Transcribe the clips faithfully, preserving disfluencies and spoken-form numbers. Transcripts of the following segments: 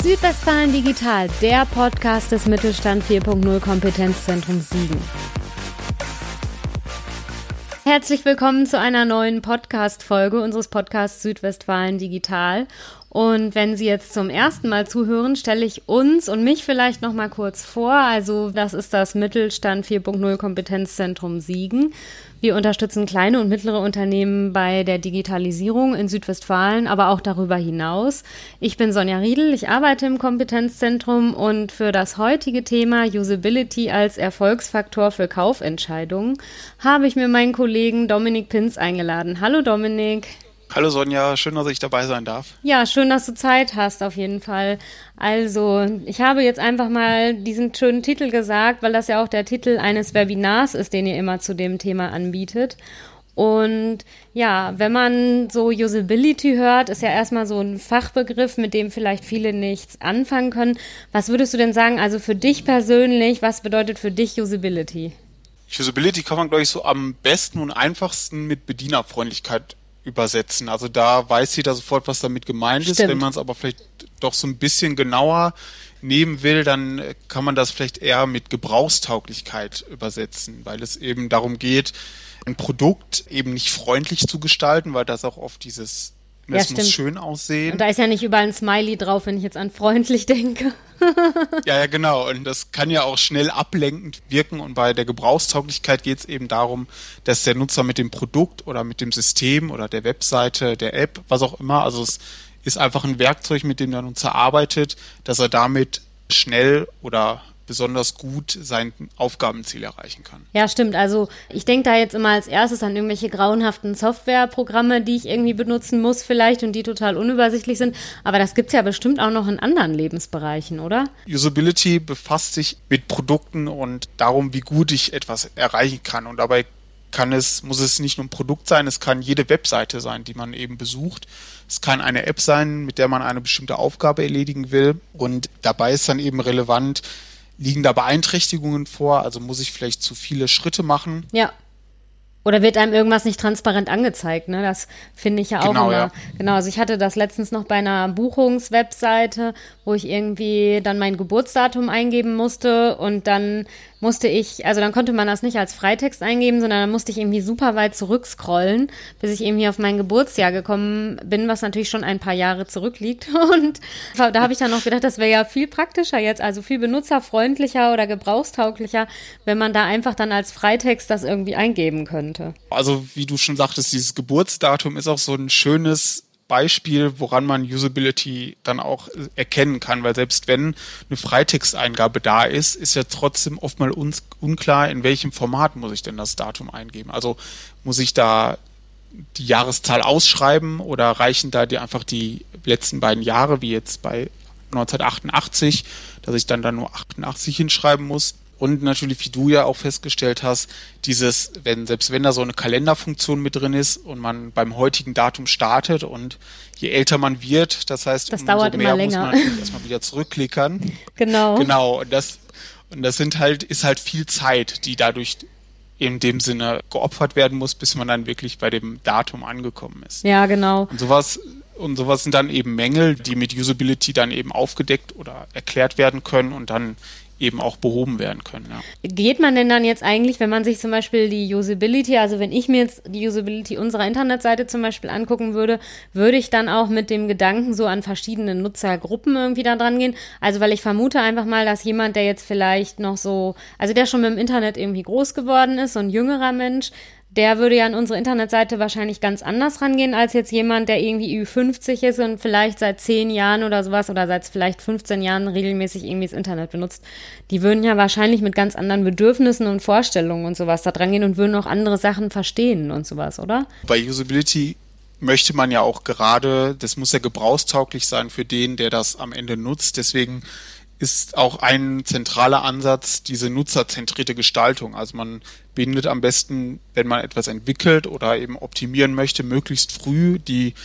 Südwestfalen Digital, der Podcast des Mittelstand vier Punkt null Kompetenzzentrums Siegen. Herzlich willkommen zu einer neuen Podcast-Folge unseres Podcasts Südwestfalen Digital. Und wenn Sie jetzt zum ersten Mal zuhören, stelle ich uns und mich vielleicht noch mal kurz vor. Also das ist das Mittelstand vier Punkt null Kompetenzzentrum Siegen. Wir unterstützen kleine und mittlere Unternehmen bei der Digitalisierung in Südwestfalen, aber auch darüber hinaus. Ich bin Sonja Riedl, ich arbeite im Kompetenzzentrum und für das heutige Thema Usability als Erfolgsfaktor für Kaufentscheidungen habe ich mir meinen Kollegen Dominik Pinz eingeladen. Hallo Dominik. Hallo Sonja, schön, dass ich dabei sein darf. Ja, schön, dass du Zeit hast auf jeden Fall. Also, ich habe jetzt einfach mal diesen schönen Titel gesagt, weil das ja auch der Titel eines Webinars ist, den ihr immer zu dem Thema anbietet. Und ja, wenn man so Usability hört, ist ja erstmal so ein Fachbegriff, mit dem vielleicht viele nichts anfangen können. Was würdest du denn sagen, also für dich persönlich, was bedeutet für dich Usability? Usability kann man, glaube ich, so am besten und einfachsten mit Bedienerfreundlichkeit übersetzen. Also da weiß jeder sofort, was damit gemeint Stimmt. ist. Wenn man es aber vielleicht doch so ein bisschen genauer nehmen will, dann kann man das vielleicht eher mit Gebrauchstauglichkeit übersetzen, weil es eben darum geht, ein Produkt eben nicht freundlich zu gestalten, weil das auch oft dieses Ja, es muss stimmt. schön aussehen. Und da ist ja nicht überall ein Smiley drauf, wenn ich jetzt an freundlich denke. Ja, ja, genau. Und das kann ja auch schnell ablenkend wirken. Und bei der Gebrauchstauglichkeit geht es eben darum, dass der Nutzer mit dem Produkt oder mit dem System oder der Webseite, der App, was auch immer, also es ist einfach ein Werkzeug, mit dem der Nutzer arbeitet, dass er damit schnell oder besonders gut sein Aufgabenziel erreichen kann. Ja, stimmt. Also ich denke da jetzt immer als erstes an irgendwelche grauenhaften Softwareprogramme, die ich irgendwie benutzen muss vielleicht und die total unübersichtlich sind. Aber das gibt's ja bestimmt auch noch in anderen Lebensbereichen, oder? Usability befasst sich mit Produkten und darum, wie gut ich etwas erreichen kann. Und dabei kann es, muss es nicht nur ein Produkt sein, es kann jede Webseite sein, die man eben besucht. Es kann eine App sein, mit der man eine bestimmte Aufgabe erledigen will. Und dabei ist dann eben relevant, liegen da Beeinträchtigungen vor? Also muss ich vielleicht zu viele Schritte machen? Ja. Oder wird einem irgendwas nicht transparent angezeigt, ne? Das finde ich ja auch Genau, immer. ja. Genau, also ich hatte das letztens noch bei einer Buchungswebseite, wo ich irgendwie dann mein Geburtsdatum eingeben musste und dann musste ich, also dann konnte man das nicht als Freitext eingeben, sondern dann musste ich irgendwie super weit zurückscrollen, bis ich irgendwie auf mein Geburtsjahr gekommen bin, was natürlich schon ein paar Jahre zurückliegt. Und da habe ich dann noch gedacht, das wäre ja viel praktischer jetzt, also viel benutzerfreundlicher oder gebrauchstauglicher, wenn man da einfach dann als Freitext das irgendwie eingeben könnte. Also wie du schon sagtest, dieses Geburtsdatum ist auch so ein schönes Beispiel, woran man Usability dann auch erkennen kann, weil selbst wenn eine Freitexteingabe da ist, ist ja trotzdem oftmals uns unklar, in welchem Format muss ich denn das Datum eingeben. Also muss ich da die Jahreszahl ausschreiben oder reichen da die einfach die letzten beiden Jahre, wie jetzt bei neunzehnhundertachtundachtzig, dass ich dann da nur achtundachtzig hinschreiben muss. Und natürlich, wie du ja auch festgestellt hast, dieses, wenn, selbst wenn da so eine Kalenderfunktion mit drin ist und man beim heutigen Datum startet und je älter man wird, das heißt, das umso dauert mehr immer muss länger. man natürlich erstmal wieder zurückklickern. Genau. Genau. Und das, und das sind halt, ist halt viel Zeit, die dadurch in dem Sinne geopfert werden muss, bis man dann wirklich bei dem Datum angekommen ist. Ja, genau. Und sowas, und sowas sind dann eben Mängel, die mit Usability dann eben aufgedeckt oder erklärt werden können und dann eben auch behoben werden können. Ja. Geht man denn dann jetzt eigentlich, wenn man sich zum Beispiel die Usability, also wenn ich mir jetzt die Usability unserer Internetseite zum Beispiel angucken würde, würde ich dann auch mit dem Gedanken so an verschiedene Nutzergruppen irgendwie da dran gehen? Also weil ich vermute einfach mal, dass jemand, der jetzt vielleicht noch so, also der schon mit dem Internet irgendwie groß geworden ist, so ein jüngerer Mensch, der würde ja an unsere Internetseite wahrscheinlich ganz anders rangehen, als jetzt jemand, der irgendwie Ü fünfzig ist und vielleicht seit zehn Jahren oder sowas oder seit vielleicht fünfzehn Jahren regelmäßig irgendwie das Internet benutzt. Die würden ja wahrscheinlich mit ganz anderen Bedürfnissen und Vorstellungen und sowas da dran gehen und würden auch andere Sachen verstehen und sowas, oder? Bei Usability möchte man ja auch gerade, das muss ja gebrauchstauglich sein für den, der das am Ende nutzt. Deswegen ist auch ein zentraler Ansatz diese nutzerzentrierte Gestaltung. Also man bindet am besten, wenn man etwas entwickelt oder eben optimieren möchte, möglichst früh die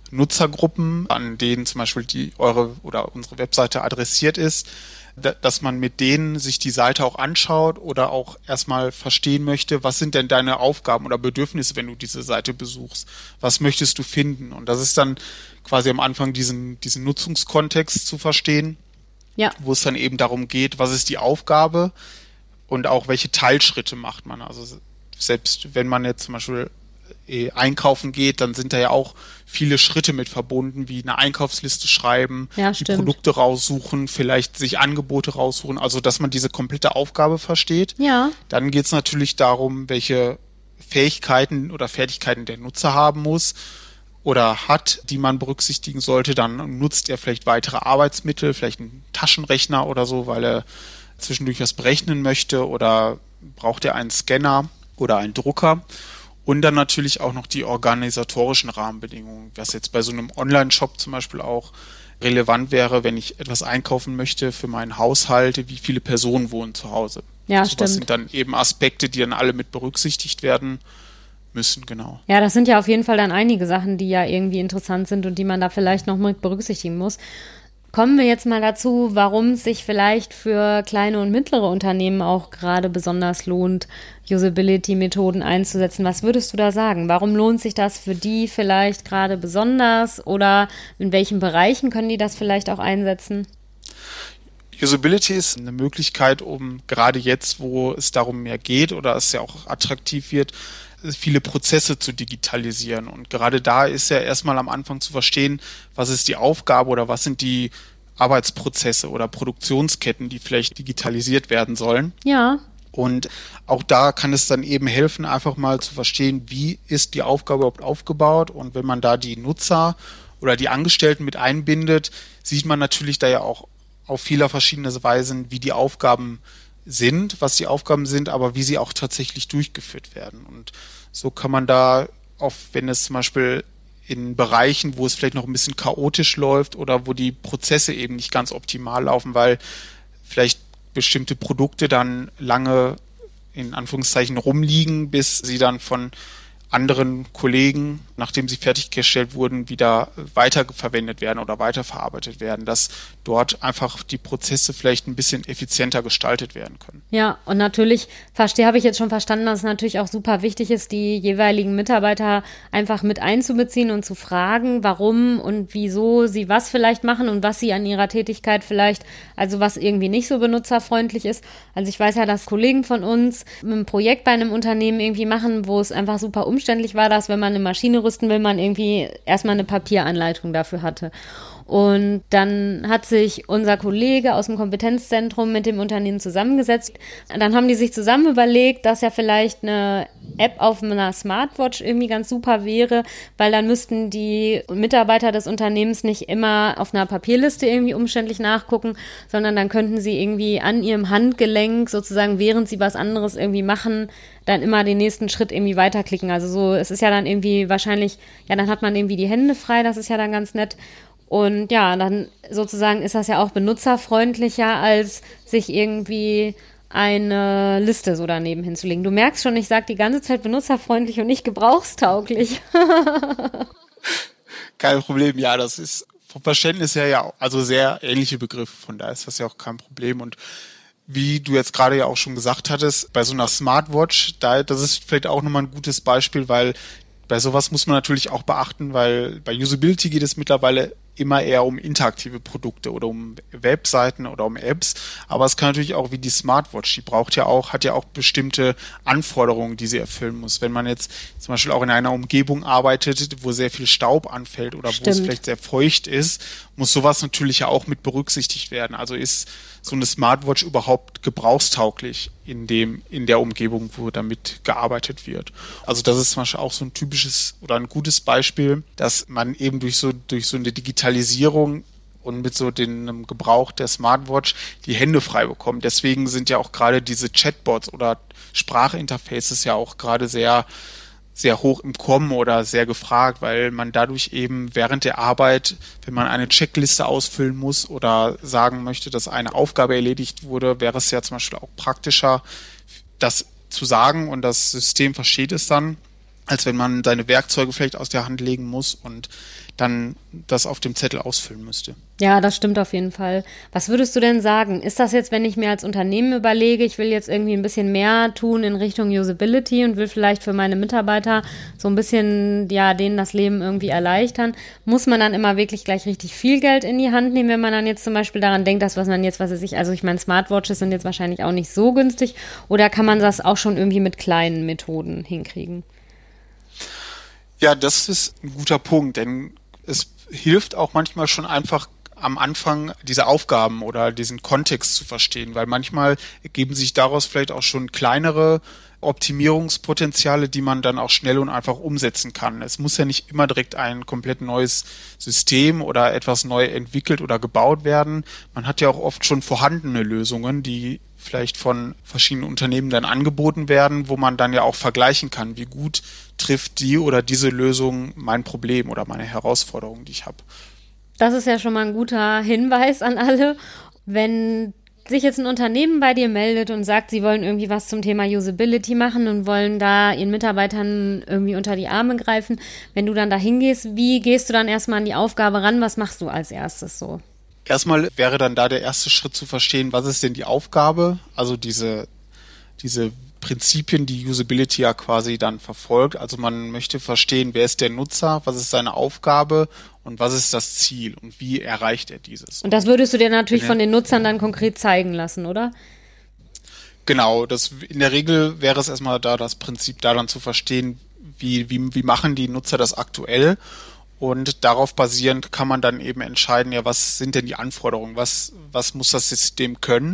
Nutzergruppen, an denen zum Beispiel die eure oder unsere Webseite adressiert ist, dass man mit denen sich die Seite auch anschaut oder auch erstmal verstehen möchte, was sind denn deine Aufgaben oder Bedürfnisse, wenn du diese Seite besuchst? Was möchtest du finden? Und das ist dann quasi am Anfang diesen, diesen Nutzungskontext zu verstehen, ja, wo es dann eben darum geht, was ist die Aufgabe und auch welche Teilschritte macht man. Also selbst wenn man jetzt zum Beispiel einkaufen geht, dann sind da ja auch viele Schritte mit verbunden, wie eine Einkaufsliste schreiben, ja, die Produkte raussuchen, vielleicht sich Angebote raussuchen, also dass man diese komplette Aufgabe versteht. Ja. Dann geht es natürlich darum, welche Fähigkeiten oder Fertigkeiten der Nutzer haben muss oder hat, die man berücksichtigen sollte. Dann nutzt er vielleicht weitere Arbeitsmittel, vielleicht einen Taschenrechner oder so, weil er zwischendurch was berechnen möchte, oder braucht er einen Scanner oder einen Drucker. Und dann natürlich auch noch die organisatorischen Rahmenbedingungen, was jetzt bei so einem Online-Shop zum Beispiel auch relevant wäre, wenn ich etwas einkaufen möchte für meinen Haushalt, wie viele Personen wohnen zu Hause. Ja, also stimmt. Das sind dann eben Aspekte, die dann alle mit berücksichtigt werden müssen, genau. Ja, das sind ja auf jeden Fall dann einige Sachen, die ja irgendwie interessant sind und die man da vielleicht noch mit berücksichtigen muss. Kommen wir jetzt mal dazu, warum es sich vielleicht für kleine und mittlere Unternehmen auch gerade besonders lohnt, Usability-Methoden einzusetzen. Was würdest du da sagen? Warum lohnt sich das für die vielleicht gerade besonders, oder in welchen Bereichen können die das vielleicht auch einsetzen? Usability ist eine Möglichkeit, um gerade jetzt, wo es darum mehr geht oder es ja auch attraktiv wird, viele Prozesse zu digitalisieren. Und gerade da ist ja erstmal am Anfang zu verstehen, was ist die Aufgabe oder was sind die Arbeitsprozesse oder Produktionsketten, die vielleicht digitalisiert werden sollen. Ja. Und auch da kann es dann eben helfen, einfach mal zu verstehen, wie ist die Aufgabe überhaupt aufgebaut. Und wenn man da die Nutzer oder die Angestellten mit einbindet, sieht man natürlich da ja auch auf viele verschiedene Weisen, wie die Aufgaben sind, was die Aufgaben sind, aber wie sie auch tatsächlich durchgeführt werden. Und so kann man da, auch wenn es zum Beispiel in Bereichen, wo es vielleicht noch ein bisschen chaotisch läuft oder wo die Prozesse eben nicht ganz optimal laufen, weil vielleicht bestimmte Produkte dann lange in Anführungszeichen rumliegen, bis sie dann von anderen Kollegen, nachdem sie fertiggestellt wurden, wieder weiterverwendet werden oder weiterverarbeitet werden, dass dort einfach die Prozesse vielleicht ein bisschen effizienter gestaltet werden können. Ja, und natürlich verstehe, habe ich jetzt schon verstanden, dass es natürlich auch super wichtig ist, die jeweiligen Mitarbeiter einfach mit einzubeziehen und zu fragen, warum und wieso sie was vielleicht machen und was sie an ihrer Tätigkeit vielleicht, also was irgendwie nicht so benutzerfreundlich ist. Also ich weiß ja, dass Kollegen von uns ein Projekt bei einem Unternehmen irgendwie machen, wo es einfach super umständlich war, dass wenn man eine Maschine rüsten will, man irgendwie erstmal eine Papieranleitung dafür hatte. Und dann hat sich unser Kollege aus dem Kompetenzzentrum mit dem Unternehmen zusammengesetzt. Dann haben die sich zusammen überlegt, dass ja vielleicht eine App auf einer Smartwatch irgendwie ganz super wäre, weil dann müssten die Mitarbeiter des Unternehmens nicht immer auf einer Papierliste irgendwie umständlich nachgucken, sondern dann könnten sie irgendwie an ihrem Handgelenk sozusagen, während sie was anderes irgendwie machen, dann immer den nächsten Schritt irgendwie weiterklicken. Also so, es ist ja dann irgendwie wahrscheinlich, ja, dann hat man irgendwie die Hände frei, das ist ja dann ganz nett. Und ja, dann sozusagen ist das ja auch benutzerfreundlicher, als sich irgendwie eine Liste so daneben hinzulegen. Du merkst schon, ich sage die ganze Zeit benutzerfreundlich und nicht gebrauchstauglich. Kein Problem, ja, das ist vom Verständnis her ja also sehr ähnliche Begriffe, von daher ist das ja auch kein Problem. Und wie du jetzt gerade ja auch schon gesagt hattest, bei so einer Smartwatch, da, das ist vielleicht auch nochmal ein gutes Beispiel, weil bei sowas muss man natürlich auch beachten, weil bei Usability geht es mittlerweile immer eher um interaktive Produkte oder um Webseiten oder um Apps, aber es kann natürlich auch wie die Smartwatch, die braucht ja auch, hat ja auch bestimmte Anforderungen, die sie erfüllen muss. Wenn man jetzt zum Beispiel auch in einer Umgebung arbeitet, wo sehr viel Staub anfällt oder Stimmt. wo es vielleicht sehr feucht ist, muss sowas natürlich ja auch mit berücksichtigt werden. Also ist so eine Smartwatch überhaupt gebrauchstauglich in dem, in der Umgebung, wo damit gearbeitet wird. Also das ist zum Beispiel auch so ein typisches oder ein gutes Beispiel, dass man eben durch so, durch so eine Digitalisierung und mit so dem Gebrauch der Smartwatch die Hände frei bekommt. Deswegen sind ja auch gerade diese Chatbots oder Sprachinterfaces ja auch gerade sehr sehr hoch im Kommen oder sehr gefragt, weil man dadurch eben während der Arbeit, wenn man eine Checkliste ausfüllen muss oder sagen möchte, dass eine Aufgabe erledigt wurde, wäre es ja zum Beispiel auch praktischer, das zu sagen und das System versteht es dann, als wenn man seine Werkzeuge vielleicht aus der Hand legen muss und dann das auf dem Zettel ausfüllen müsste. Ja, das stimmt auf jeden Fall. Was würdest du denn sagen? Ist das jetzt, wenn ich mir als Unternehmen überlege, ich will jetzt irgendwie ein bisschen mehr tun in Richtung Usability und will vielleicht für meine Mitarbeiter so ein bisschen, ja, denen das Leben irgendwie erleichtern, muss man dann immer wirklich gleich richtig viel Geld in die Hand nehmen, wenn man dann jetzt zum Beispiel daran denkt, dass was man jetzt, was weiß ich, also ich meine, Smartwatches sind jetzt wahrscheinlich auch nicht so günstig, oder kann man das auch schon irgendwie mit kleinen Methoden hinkriegen? Ja, das ist ein guter Punkt, denn es hilft auch manchmal schon einfach am Anfang diese Aufgaben oder diesen Kontext zu verstehen, weil manchmal ergeben sich daraus vielleicht auch schon kleinere Optimierungspotenziale, die man dann auch schnell und einfach umsetzen kann. Es muss ja nicht immer direkt ein komplett neues System oder etwas neu entwickelt oder gebaut werden. Man hat ja auch oft schon vorhandene Lösungen, die vielleicht von verschiedenen Unternehmen dann angeboten werden, wo man dann ja auch vergleichen kann, wie gut trifft die oder diese Lösung mein Problem oder meine Herausforderung, die ich habe. Das ist ja schon mal ein guter Hinweis an alle. Wenn sich jetzt ein Unternehmen bei dir meldet und sagt, sie wollen irgendwie was zum Thema Usability machen und wollen da ihren Mitarbeitern irgendwie unter die Arme greifen, wenn du dann da hingehst, wie gehst du dann erstmal an die Aufgabe ran? Was machst du als erstes so? Erstmal wäre dann da der erste Schritt zu verstehen, was ist denn die Aufgabe, also diese, diese Prinzipien, die Usability ja quasi dann verfolgt. Also man möchte verstehen, wer ist der Nutzer, was ist seine Aufgabe und was ist das Ziel und wie erreicht er dieses. Und das würdest du dir natürlich von den Nutzern dann konkret zeigen lassen, oder? Genau, das, in der Regel wäre es erstmal da das Prinzip, da dann zu verstehen, wie, wie, wie machen die Nutzer das aktuell. Und darauf basierend kann man dann eben entscheiden, ja, was sind denn die Anforderungen, was, was muss das System können?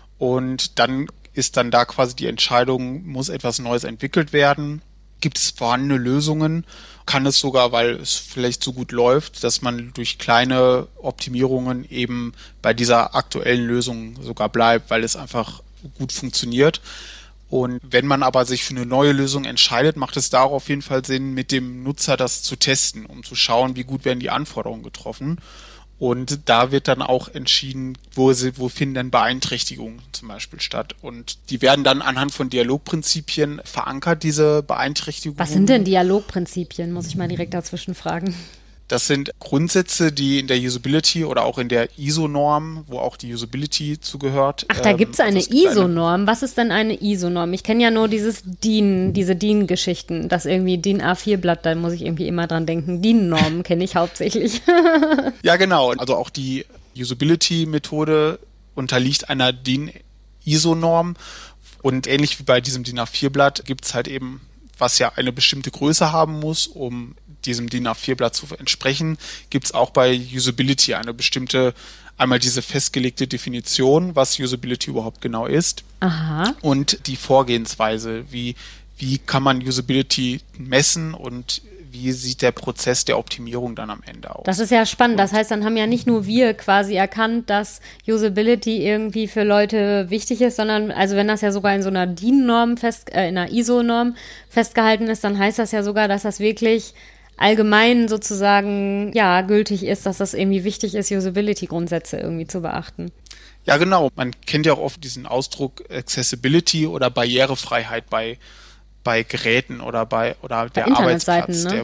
Und dann ist dann da quasi die Entscheidung, muss etwas Neues entwickelt werden? Gibt es vorhandene Lösungen? Kann es sogar, weil es vielleicht so gut läuft, dass man durch kleine Optimierungen eben bei dieser aktuellen Lösung sogar bleibt, weil es einfach gut funktioniert? Und wenn man aber sich für eine neue Lösung entscheidet, macht es da auf jeden Fall Sinn, mit dem Nutzer das zu testen, um zu schauen, wie gut werden die Anforderungen getroffen. Und da wird dann auch entschieden, wo, sie, wo finden denn Beeinträchtigungen zum Beispiel statt. Und die werden dann anhand von Dialogprinzipien verankert, diese Beeinträchtigungen. Was sind denn Dialogprinzipien, muss ich mal direkt dazwischen fragen. Das sind Grundsätze, die in der Usability oder auch in der I S O-Norm, wo auch die Usability zugehört. Ach, da gibt's eine I S O-Norm. Was ist denn eine I S O-Norm? Ich kenne ja nur dieses D I N, diese D I N-Geschichten, das irgendwie D I N A vier Blatt, da muss ich irgendwie immer dran denken. D I N-Normen kenne ich hauptsächlich. Ja, genau. Also auch die Usability-Methode unterliegt einer D I N-I S O-Norm und ähnlich wie bei diesem D I N A vier Blatt gibt's halt eben, was ja eine bestimmte Größe haben muss, um diesem D I N A vier Blatt zu entsprechen, gibt es auch bei Usability eine bestimmte, einmal diese festgelegte Definition, was Usability überhaupt genau ist. Aha. Und die Vorgehensweise, wie, wie kann man Usability messen und wie sieht der Prozess der Optimierung dann am Ende aus. Das ist ja spannend. Das heißt, dann haben ja nicht nur wir quasi erkannt, dass Usability irgendwie für Leute wichtig ist, sondern, also wenn das ja sogar in so einer D I N-Norm fest, äh, in einer I S O-Norm festgehalten ist, dann heißt das ja sogar, dass das wirklich allgemein sozusagen, ja, gültig ist, dass das irgendwie wichtig ist, Usability-Grundsätze irgendwie zu beachten. Ja, genau. Man kennt ja auch oft diesen Ausdruck Accessibility oder Barrierefreiheit bei, bei Geräten oder bei, oder der bei Internetseiten, Arbeitsplatz. Ne? Der,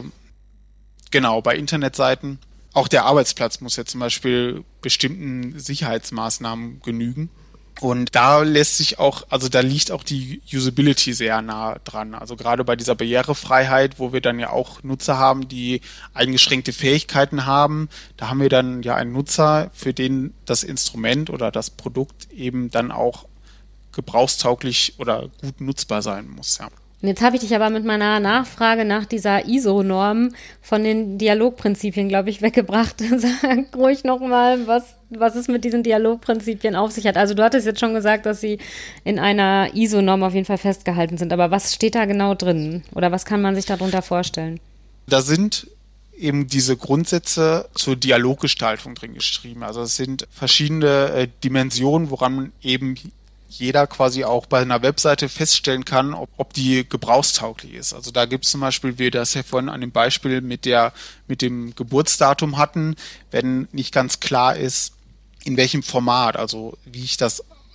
genau, bei Internetseiten. Auch der Arbeitsplatz muss ja zum Beispiel bestimmten Sicherheitsmaßnahmen genügen. Und da lässt sich auch, also da liegt auch die Usability sehr nah dran. Also gerade bei dieser Barrierefreiheit, wo wir dann ja auch Nutzer haben, die eingeschränkte Fähigkeiten haben, da haben wir dann ja einen Nutzer, für den das Instrument oder das Produkt eben dann auch gebrauchstauglich oder gut nutzbar sein muss, ja. Und jetzt habe ich dich aber mit meiner Nachfrage nach dieser I S O-Norm von den Dialogprinzipien, glaube ich, weggebracht. Sag ruhig nochmal, was, was es mit diesen Dialogprinzipien auf sich hat. Also du hattest jetzt schon gesagt, dass sie in einer I S O-Norm auf jeden Fall festgehalten sind. Aber was steht da genau drin? Oder was kann man sich darunter vorstellen? Da sind eben diese Grundsätze zur Dialoggestaltung drin geschrieben. Also es sind verschiedene äh, Dimensionen, woran man eben jeder quasi auch bei einer Webseite feststellen kann, ob, ob die gebrauchstauglich ist. Also da gibt es zum Beispiel, wie wir das ja vorhin an dem Beispiel mit der mit dem Geburtsdatum hatten, wenn nicht ganz klar ist, in welchem Format, also wie ich das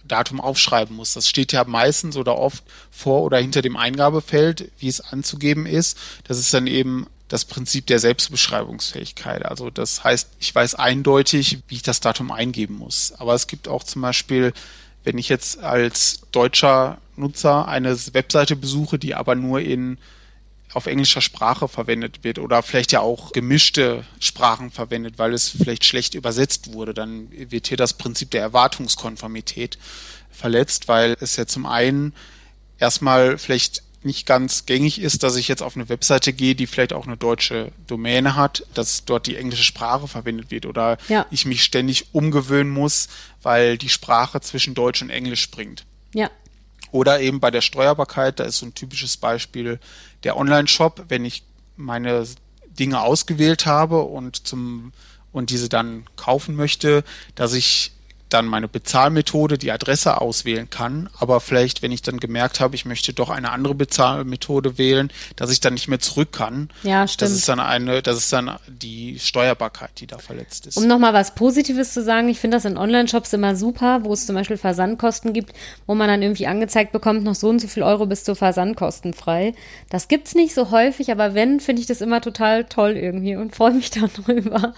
Datum aufschreiben muss. Das steht ja meistens oder oft vor oder hinter dem Eingabefeld, wie es anzugeben ist. Das ist dann eben das Prinzip der Selbstbeschreibungsfähigkeit. Also das heißt, ich weiß eindeutig, wie ich das Datum eingeben muss. Aber es gibt auch zum Beispiel, wenn ich jetzt als deutscher Nutzer eine Webseite besuche, die aber nur in auf englischer Sprache verwendet wird oder vielleicht ja auch gemischte Sprachen verwendet, weil es vielleicht schlecht übersetzt wurde, dann wird hier das Prinzip der Erwartungskonformität verletzt, weil es ja zum einen erstmal vielleicht nicht ganz gängig ist, dass ich jetzt auf eine Webseite gehe, die vielleicht auch eine deutsche Domäne hat, dass dort die englische Sprache verwendet wird oder ja. ich mich ständig umgewöhnen muss, weil die Sprache zwischen Deutsch und Englisch springt. Ja. Oder eben bei der Steuerbarkeit, da ist so ein typisches Beispiel der Online-Shop, wenn ich meine Dinge ausgewählt habe und zum und diese dann kaufen möchte, dass ich dann meine Bezahlmethode, die Adresse auswählen kann, aber vielleicht, wenn ich dann gemerkt habe, ich möchte doch eine andere Bezahlmethode wählen, dass ich dann nicht mehr zurück kann. Ja, stimmt. Das ist dann eine, das ist dann die Steuerbarkeit, die da verletzt ist. Um nochmal was Positives zu sagen, ich finde das in Online-Shops immer super, wo es zum Beispiel Versandkosten gibt, wo man dann irgendwie angezeigt bekommt, noch so und so viel Euro bis zu versandkostenfrei. Das gibt's nicht so häufig, aber wenn, finde ich das immer total toll irgendwie und freue mich darüber.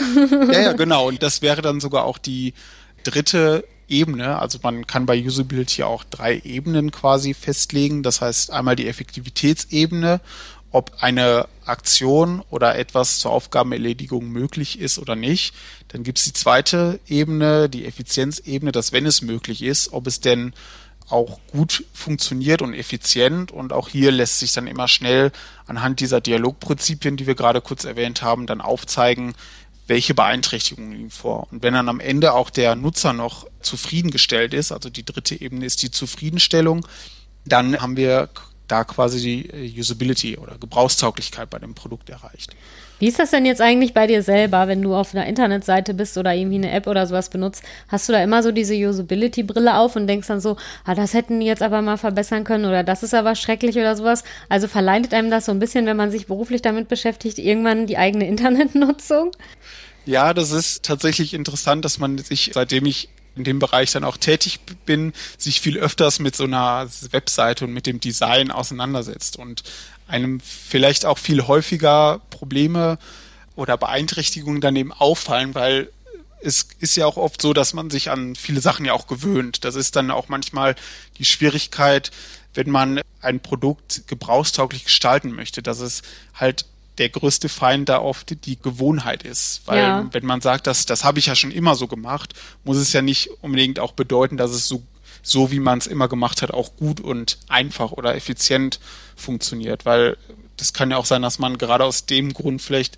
Ja, ja, genau. Und das wäre dann sogar auch die dritte Ebene, also man kann bei Usability auch drei Ebenen quasi festlegen. Das heißt einmal die Effektivitätsebene, ob eine Aktion oder etwas zur Aufgabenerledigung möglich ist oder nicht. Dann gibt es die zweite Ebene, die Effizienzebene, dass wenn es möglich ist, ob es denn auch gut funktioniert und effizient. Und auch hier lässt sich dann immer schnell anhand dieser Dialogprinzipien, die wir gerade kurz erwähnt haben, dann aufzeigen, welche Beeinträchtigungen liegen vor. Und wenn dann am Ende auch der Nutzer noch zufriedengestellt ist, also die dritte Ebene ist die Zufriedenstellung, dann haben wir da quasi die Usability oder Gebrauchstauglichkeit bei dem Produkt erreicht. Wie ist das denn jetzt eigentlich bei dir selber, wenn du auf einer Internetseite bist oder irgendwie eine App oder sowas benutzt? Hast du da immer so diese Usability-Brille auf und denkst dann so, ah, das hätten die jetzt aber mal verbessern können oder das ist aber schrecklich oder sowas? Also verleitet einem das so ein bisschen, wenn man sich beruflich damit beschäftigt, irgendwann die eigene Internetnutzung? Ja, das ist tatsächlich interessant, dass man sich, seitdem ich in dem Bereich dann auch tätig bin, sich viel öfters mit so einer Webseite und mit dem Design auseinandersetzt und einem vielleicht auch viel häufiger Probleme oder Beeinträchtigungen dann eben auffallen, weil es ist ja auch oft so, dass man sich an viele Sachen ja auch gewöhnt. Das ist dann auch manchmal die Schwierigkeit, wenn man ein Produkt gebrauchstauglich gestalten möchte, dass es halt der größte Feind da oft die Gewohnheit ist. Weil ja. wenn man sagt, das, das habe ich ja schon immer so gemacht, muss es ja nicht unbedingt auch bedeuten, dass es so, so wie man es immer gemacht hat, auch gut und einfach oder effizient funktioniert. Weil das kann ja auch sein, dass man gerade aus dem Grund vielleicht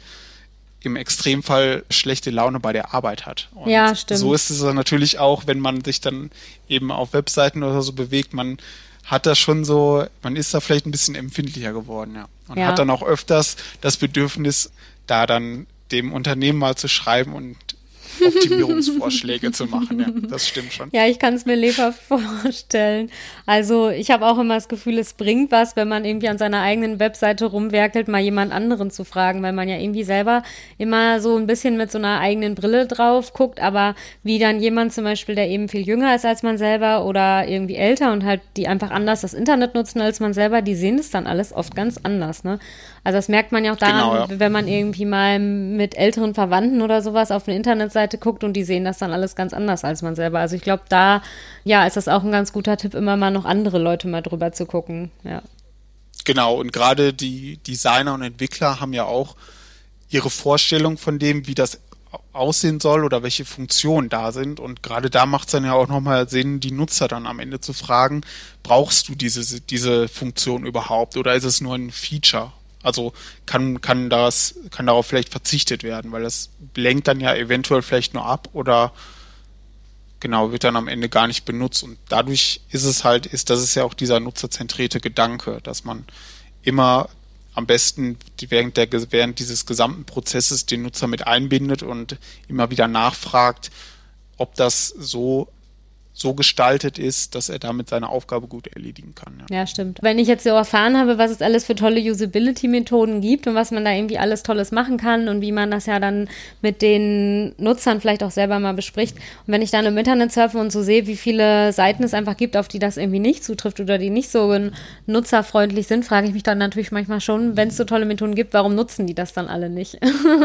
im Extremfall schlechte Laune bei der Arbeit hat. Und ja, stimmt. So ist es natürlich auch, wenn man sich dann eben auf Webseiten oder so bewegt, man hat da schon so, man ist da vielleicht ein bisschen empfindlicher geworden, ja. Und ja. hat dann auch öfters das Bedürfnis, da dann dem Unternehmen mal zu schreiben und Optimierungsvorschläge zu machen. Ja, das stimmt schon. Ja, ich kann es mir lebhaft vorstellen. Also ich habe auch immer das Gefühl, es bringt was, wenn man irgendwie an seiner eigenen Webseite rumwerkelt, mal jemand anderen zu fragen, weil man ja irgendwie selber immer so ein bisschen mit so einer eigenen Brille drauf guckt, aber wie dann jemand zum Beispiel, der eben viel jünger ist als man selber oder irgendwie älter und halt die einfach anders das Internet nutzen als man selber, die sehen das dann alles oft ganz anders, ne? Also das merkt man ja auch daran, genau, ja. wenn man irgendwie mal mit älteren Verwandten oder sowas auf eine Internetseite guckt und die sehen das dann alles ganz anders als man selber. Also ich glaube, da ja ist das auch ein ganz guter Tipp, immer mal noch andere Leute mal drüber zu gucken. Ja. Genau, und gerade die Designer und Entwickler haben ja auch ihre Vorstellung von dem, wie das aussehen soll oder welche Funktionen da sind. Und gerade da macht es dann ja auch nochmal Sinn, die Nutzer dann am Ende zu fragen, brauchst du diese, diese Funktion überhaupt oder ist es nur ein Feature? Also kann, kann das, kann darauf vielleicht verzichtet werden, weil das lenkt dann ja eventuell vielleicht nur ab oder genau, wird dann am Ende gar nicht benutzt. Und dadurch ist es halt, ist, das ist ja auch dieser nutzerzentrierte Gedanke, dass man immer am besten während der, während dieses gesamten Prozesses den Nutzer mit einbindet und immer wieder nachfragt, ob das so so gestaltet ist, dass er damit seine Aufgabe gut erledigen kann. Ja. ja, stimmt. Wenn ich jetzt so erfahren habe, was es alles für tolle Usability-Methoden gibt und was man da irgendwie alles Tolles machen kann und wie man das ja dann mit den Nutzern vielleicht auch selber mal bespricht. Und wenn ich dann im Internet surfe und so sehe, wie viele Seiten es einfach gibt, auf die das irgendwie nicht zutrifft oder die nicht so nutzerfreundlich sind, frage ich mich dann natürlich manchmal schon, wenn es so tolle Methoden gibt, warum nutzen die das dann alle nicht?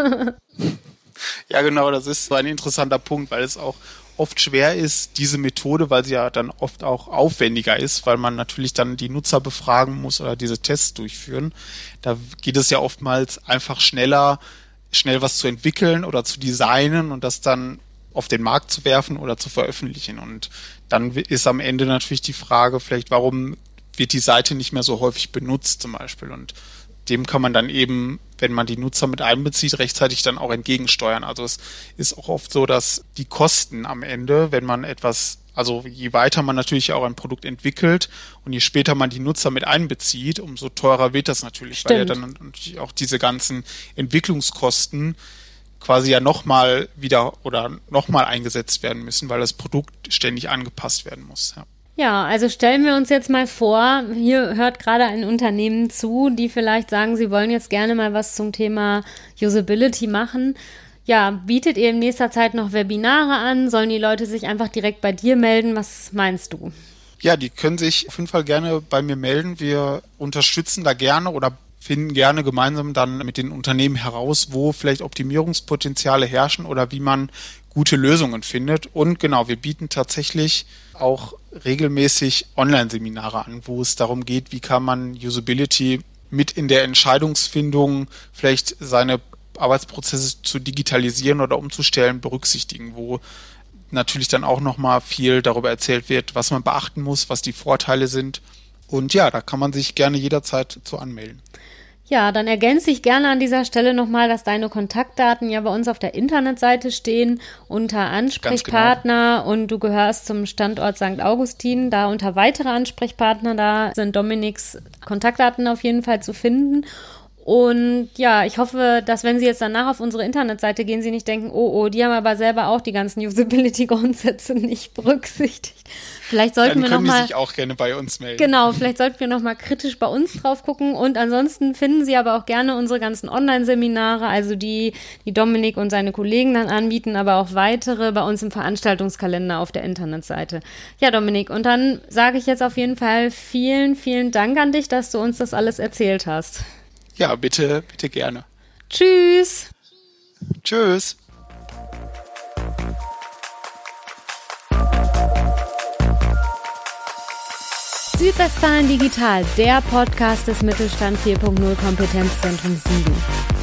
Ja, genau, das ist so ein interessanter Punkt, weil es auch oft schwer ist, diese Methode, weil sie ja dann oft auch aufwendiger ist, weil man natürlich dann die Nutzer befragen muss oder diese Tests durchführen. Da geht es ja oftmals einfach schneller, schnell was zu entwickeln oder zu designen und das dann auf den Markt zu werfen oder zu veröffentlichen. Und dann ist am Ende natürlich die Frage, vielleicht warum wird die Seite nicht mehr so häufig benutzt zum Beispiel. Und dem kann man dann eben, wenn man die Nutzer mit einbezieht, rechtzeitig dann auch entgegensteuern. Also es ist auch oft so, dass die Kosten am Ende, wenn man etwas, also je weiter man natürlich auch ein Produkt entwickelt und je später man die Nutzer mit einbezieht, umso teurer wird das natürlich, Stimmt. weil ja dann natürlich auch diese ganzen Entwicklungskosten quasi ja nochmal wieder oder nochmal eingesetzt werden müssen, weil das Produkt ständig angepasst werden muss. Ja. Ja, also stellen wir uns jetzt mal vor, hier hört gerade ein Unternehmen zu, die vielleicht sagen, sie wollen jetzt gerne mal was zum Thema Usability machen. Ja, bietet ihr in nächster Zeit noch Webinare an? Sollen die Leute sich einfach direkt bei dir melden? Was meinst du? Ja, die können sich auf jeden Fall gerne bei mir melden. Wir unterstützen da gerne oder finden gerne gemeinsam dann mit den Unternehmen heraus, wo vielleicht Optimierungspotenziale herrschen oder wie man gute Lösungen findet. Und genau, wir bieten tatsächlich auch regelmäßig Online-Seminare an, wo es darum geht, wie kann man Usability mit in der Entscheidungsfindung vielleicht seine Arbeitsprozesse zu digitalisieren oder umzustellen berücksichtigen, wo natürlich dann auch nochmal viel darüber erzählt wird, was man beachten muss, was die Vorteile sind. Und ja, da kann man sich gerne jederzeit zu anmelden. Ja, dann ergänze ich gerne an dieser Stelle nochmal, dass deine Kontaktdaten ja bei uns auf der Internetseite stehen unter Ansprechpartner genau. Und du gehörst zum Standort Sankt Augustin. Da unter weitere Ansprechpartner, da sind Dominiks Kontaktdaten auf jeden Fall zu finden. Und ja, ich hoffe, dass wenn Sie jetzt danach auf unsere Internetseite gehen, Sie nicht denken, oh, oh, die haben aber selber auch die ganzen Usability-Grundsätze nicht berücksichtigt. Vielleicht sollten Dann wir noch mal, können die sich auch gerne bei uns melden. Genau, vielleicht sollten wir noch mal kritisch bei uns drauf gucken. Und ansonsten finden Sie aber auch gerne unsere ganzen Online-Seminare, also die, die Dominik und seine Kollegen dann anbieten, aber auch weitere bei uns im Veranstaltungskalender auf der Internetseite. Ja, Dominik, und dann sage ich jetzt auf jeden Fall vielen, vielen Dank an dich, dass du uns das alles erzählt hast. Ja, bitte, bitte gerne. Tschüss. Tschüss. Südwestfalen Digital, der Podcast des Mittelstand vier Punkt null Kompetenzzentrums Siegen.